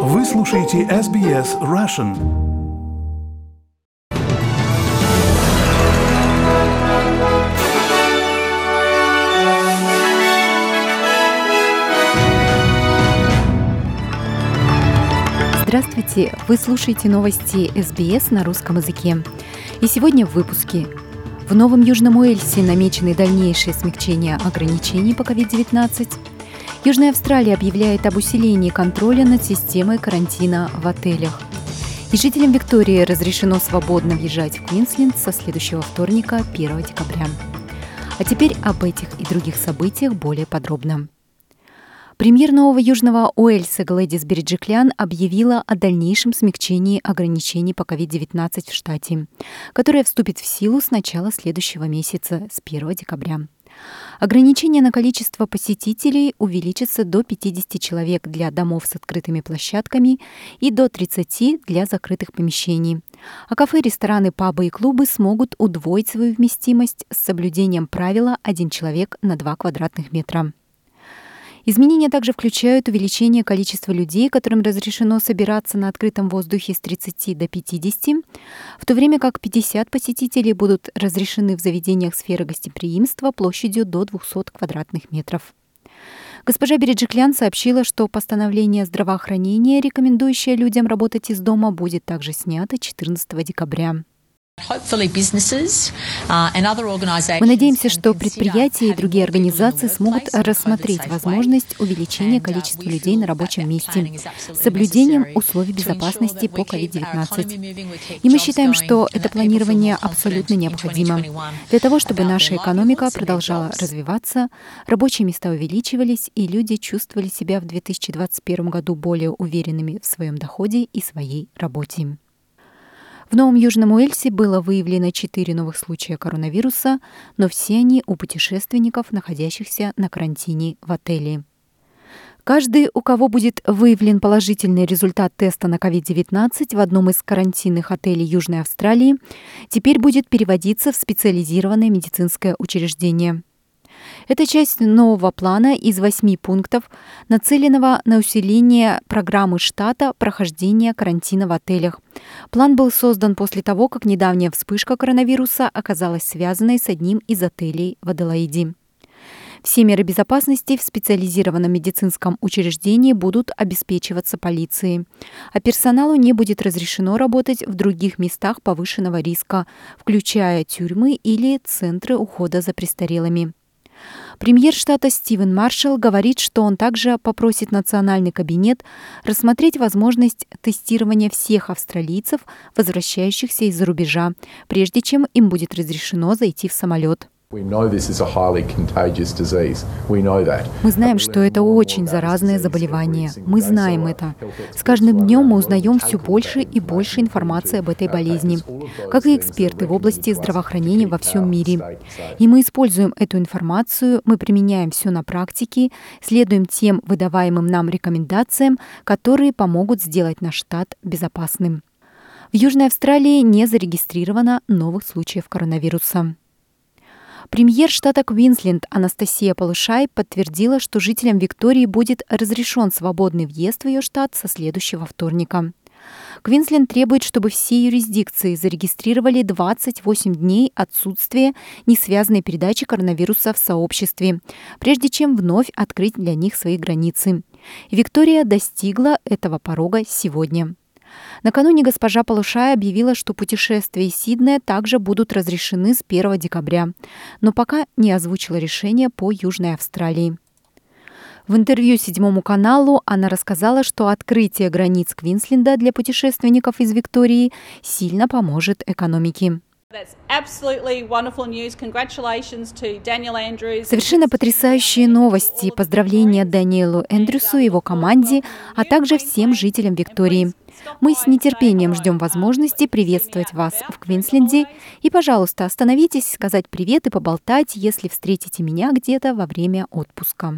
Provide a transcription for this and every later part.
Вы слушаете SBS Russian. Здравствуйте! Вы слушаете новости SBS на русском языке. И сегодня в выпуске. В Новом Южном Уэльсе намечены дальнейшие смягчения ограничений по COVID-19. Южная Австралия объявляет об усилении контроля над системой карантина в отелях. И жителям Виктории разрешено свободно въезжать в Квинсленд со следующего вторника, 1 декабря. А теперь об этих и других событиях более подробно. Премьер Нового Южного Уэльса Глэдис Береджиклян объявила о дальнейшем смягчении ограничений по COVID-19 в штате, которое вступит в силу с начала следующего месяца, с 1 декабря. Ограничение на количество посетителей увеличится до 50 человек для домов с открытыми площадками и до 30 для закрытых помещений. А кафе, рестораны, пабы и клубы смогут удвоить свою вместимость с соблюдением правила 1 человек на 2 квадратных метра. Изменения также включают увеличение количества людей, которым разрешено собираться на открытом воздухе с 30 до 50, в то время как 50 посетителей будут разрешены в заведениях сферы гостеприимства площадью до 200 квадратных метров. Госпожа Береджиклян сообщила, что постановление здравоохранения, рекомендующее людям работать из дома, будет также снято 14 декабря. Мы надеемся, что предприятия и другие организации смогут рассмотреть возможность увеличения количества людей на рабочем месте с соблюдением условий безопасности по COVID-19. И мы считаем, что это планирование абсолютно необходимо для того, чтобы наша экономика продолжала развиваться, рабочие места увеличивались, и люди чувствовали себя в 2021 году более уверенными в своем доходе и своей работе. В Новом Южном Уэльсе было выявлено 4 новых случая коронавируса, но все они у путешественников, находящихся на карантине в отеле. Каждый, у кого будет выявлен положительный результат теста на COVID-19 в одном из карантинных отелей Южной Австралии, теперь будет переводиться в специализированное медицинское учреждение. Это часть нового плана из 8 пунктов, нацеленного на усиление программы штата прохождения карантина в отелях. План был создан после того, как недавняя вспышка коронавируса оказалась связанной с одним из отелей в Аделаиде. Все меры безопасности в специализированном медицинском учреждении будут обеспечиваться полицией, а персоналу не будет разрешено работать в других местах повышенного риска, включая тюрьмы или центры ухода за престарелыми. Премьер штата Стивен Маршалл говорит, что он также попросит Национальный кабинет рассмотреть возможность тестирования всех австралийцев, возвращающихся из-за рубежа, прежде чем им будет разрешено зайти в самолет. Мы знаем, что это очень заразное заболевание. Мы знаем это. С каждым днем мы узнаем все больше и больше информации об этой болезни, как и эксперты в области здравоохранения во всем мире. И мы используем эту информацию, мы применяем все на практике, следуем тем выдаваемым нам рекомендациям, которые помогут сделать наш штат безопасным. В Южной Австралии не зарегистрировано новых случаев коронавируса. Премьер штата Квинсленд Анастасия Палушай подтвердила, что жителям Виктории будет разрешен свободный въезд в ее штат со следующего вторника. Квинсленд требует, чтобы все юрисдикции зарегистрировали 28 дней отсутствия несвязанной передачи коронавируса в сообществе, прежде чем вновь открыть для них свои границы. Виктория достигла этого порога сегодня. Накануне госпожа Палушай объявила, что путешествия из Сиднея также будут разрешены с 1 декабря, но пока не озвучила решение по Южной Австралии. В интервью 7 каналу она рассказала, что открытие границ Квинсленда для путешественников из Виктории сильно поможет экономике. Совершенно потрясающие новости. Поздравления Дэниелу Эндрюсу и его команде, а также всем жителям Виктории. Мы с нетерпением ждем возможности приветствовать вас в Квинсленде. И, пожалуйста, остановитесь, сказать привет и поболтать, если встретите меня где-то во время отпуска.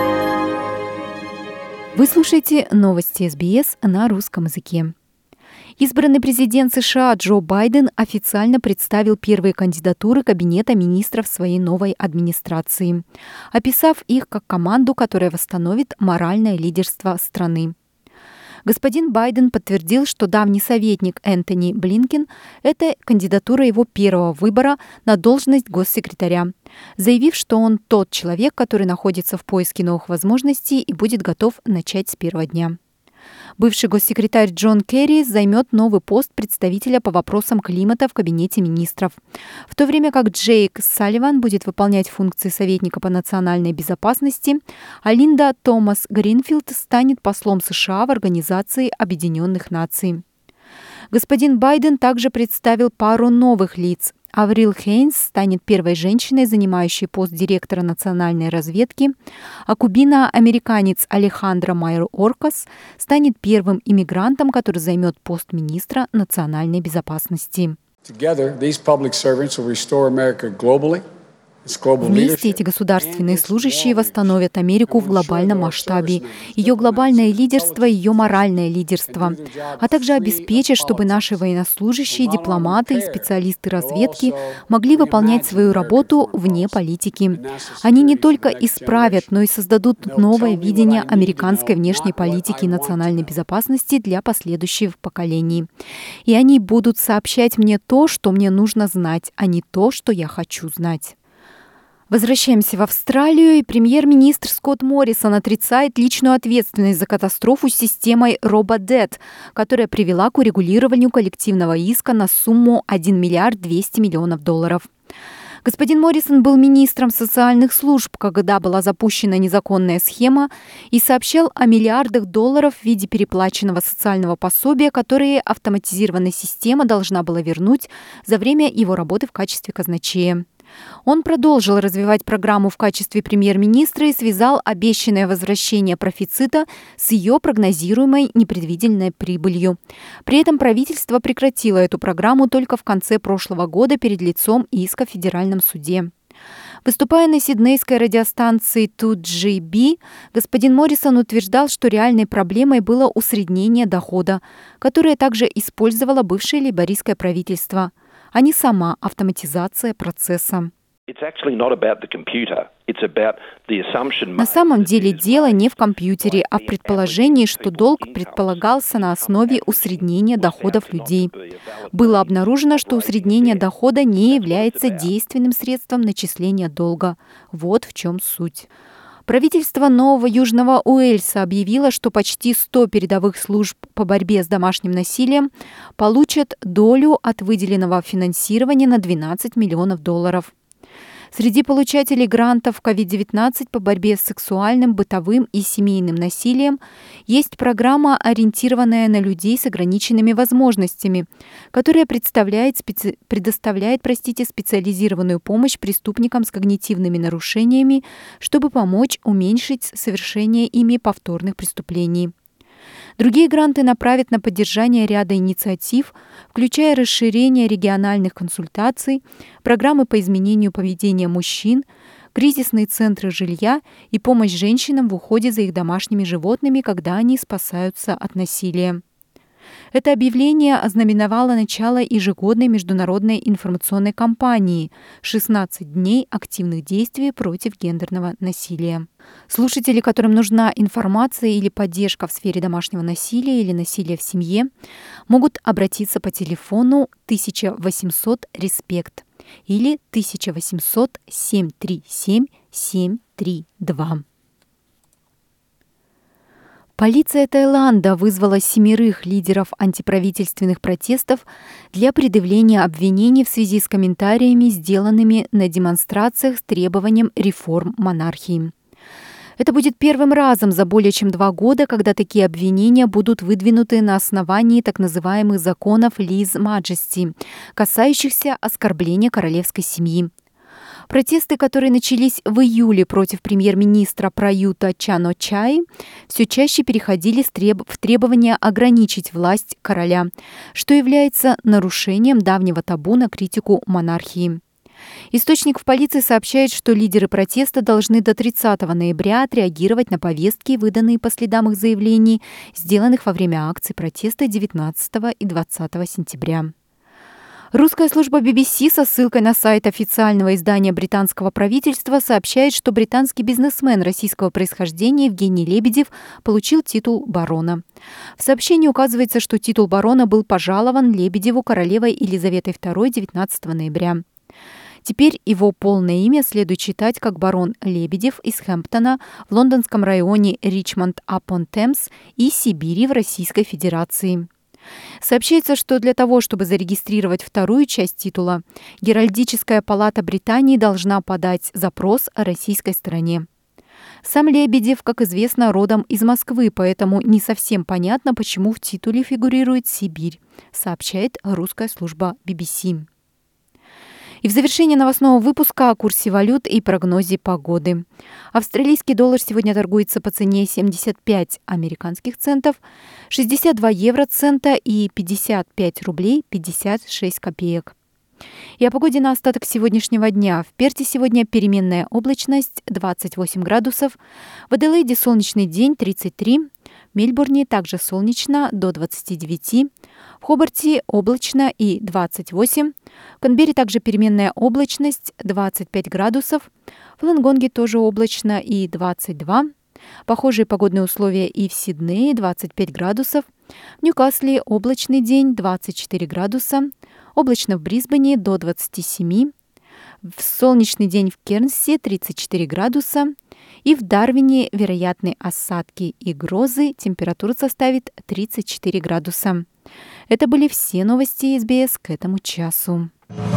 Вы слушаете новости СБС на русском языке. Избранный президент США Джо Байден официально представил первые кандидатуры Кабинета министров своей новой администрации, описав их как команду, которая восстановит моральное лидерство страны. Господин Байден подтвердил, что давний советник Энтони Блинкен – это кандидатура его первого выбора на должность госсекретаря, заявив, что он тот человек, который находится в поиске новых возможностей и будет готов начать с первого дня. Бывший госсекретарь Джон Керри займет новый пост представителя по вопросам климата в Кабинете министров, в то время как Джейк Салливан будет выполнять функции советника по национальной безопасности, а Линда Томас Гринфилд станет послом США в Организации Объединенных Наций. Господин Байден также представил пару новых лиц. Аврил Хейнс станет первой женщиной, занимающей пост директора национальной разведки, а кубино-американец Алехандро Майор-Оркас станет первым иммигрантом, который займет пост министра национальной безопасности. Вместе эти государственные служащие восстановят Америку в глобальном масштабе, ее глобальное лидерство, ее моральное лидерство, а также обеспечат, чтобы наши военнослужащие, дипломаты и специалисты разведки могли выполнять свою работу вне политики. Они не только исправят, но и создадут новое видение американской внешней политики и национальной безопасности для последующих поколений. И они будут сообщать мне то, что мне нужно знать, а не то, что я хочу знать. Возвращаемся в Австралию, и премьер-министр Скотт Моррисон отрицает личную ответственность за катастрофу с системой RoboDebt, которая привела к урегулированию коллективного иска на сумму $1 миллиард 200 миллионов долларов. Господин Моррисон был министром социальных служб, когда была запущена незаконная схема, и сообщал о миллиардах долларов в виде переплаченного социального пособия, которые автоматизированная система должна была вернуть за время его работы в качестве казначея. Он продолжил развивать программу в качестве премьер-министра и связал обещанное возвращение профицита с ее прогнозируемой непредвиденной прибылью. При этом правительство прекратило эту программу только в конце прошлого года перед лицом иска в федеральном суде. Выступая на сиднейской радиостанции 2GB, господин Моррисон утверждал, что реальной проблемой было усреднение дохода, которое также использовало бывшее лейбористское правительство, а не сама автоматизация процесса. На самом деле дело не в компьютере, а в предположении, что долг предполагался на основе усреднения доходов людей. Было обнаружено, что усреднение дохода не является действенным средством начисления долга. Вот в чем суть. Правительство Нового Южного Уэльса объявило, что почти 100 передовых служб по борьбе с домашним насилием получат долю от выделенного финансирования на $12 миллионов. Среди получателей грантов COVID-19 по борьбе с сексуальным, бытовым и семейным насилием есть программа, ориентированная на людей с ограниченными возможностями, которая предоставляет специализированную помощь преступникам с когнитивными нарушениями, чтобы помочь уменьшить совершение ими повторных преступлений. Другие гранты направят на поддержание ряда инициатив, включая расширение региональных консультаций, программы по изменению поведения мужчин, кризисные центры жилья и помощь женщинам в уходе за их домашними животными, когда они спасаются от насилия. Это объявление ознаменовало начало ежегодной международной информационной кампании «16 дней активных действий против гендерного насилия». Слушатели, которым нужна информация или поддержка в сфере домашнего насилия или насилия в семье, могут обратиться по телефону 1800 «Респект» или 1800 737 732. Полиция Таиланда вызвала 7 лидеров антиправительственных протестов для предъявления обвинений в связи с комментариями, сделанными на демонстрациях с требованием реформ монархии. Это будет первым разом за более чем 2 года, когда такие обвинения будут выдвинуты на основании так называемых законов Lese Majesty, касающихся оскорбления королевской семьи. Протесты, которые начались в июле против премьер-министра Праюта Чан-о-Чай, все чаще переходили в требования ограничить власть короля, что является нарушением давнего табу на критику монархии. Источник в полиции сообщает, что лидеры протеста должны до 30 ноября отреагировать на повестки, выданные по следам их заявлений, сделанных во время акций протеста 19 и 20 сентября. Русская служба BBC со ссылкой на сайт официального издания британского правительства сообщает, что британский бизнесмен российского происхождения Евгений Лебедев получил титул барона. В сообщении указывается, что титул барона был пожалован Лебедеву королевой Елизаветой II 19 ноября. Теперь его полное имя следует читать как барон Лебедев из Хэмптона в лондонском районе Ричмонд-апон-Темс и Сибири в Российской Федерации. Сообщается, что для того, чтобы зарегистрировать вторую часть титула, Геральдическая палата Британии должна подать запрос о российской стороне. Сам Лебедев, как известно, родом из Москвы, поэтому не совсем понятно, почему в титуле фигурирует Сибирь, сообщает русская служба BBC. И в завершение новостного выпуска о курсе валют и прогнозе погоды. Австралийский доллар сегодня торгуется по цене 75 американских центов, 62 евроцента и 55 рублей 56 копеек. И о погоде на остаток сегодняшнего дня. В Перте сегодня переменная облачность 28 градусов, в Аделаиде солнечный день 33, в Мельбурне также солнечно до 29, в Хобарте облачно и 28, в Канберре также переменная облачность 25 градусов, в Лонгонге тоже облачно и 22, похожие погодные условия и в Сиднее 25 градусов, в Ньюкасле облачный день 24 градуса, облачно в Брисбене до 27, в солнечный день в Кернсе 34 градуса и в Дарвине вероятны осадки и грозы, температура составит 34 градуса. Это были все новости СБС к этому часу.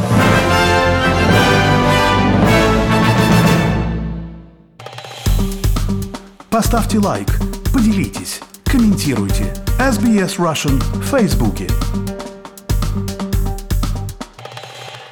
Поставьте лайк, поделитесь, комментируйте. SBS Russian в Фейсбуке.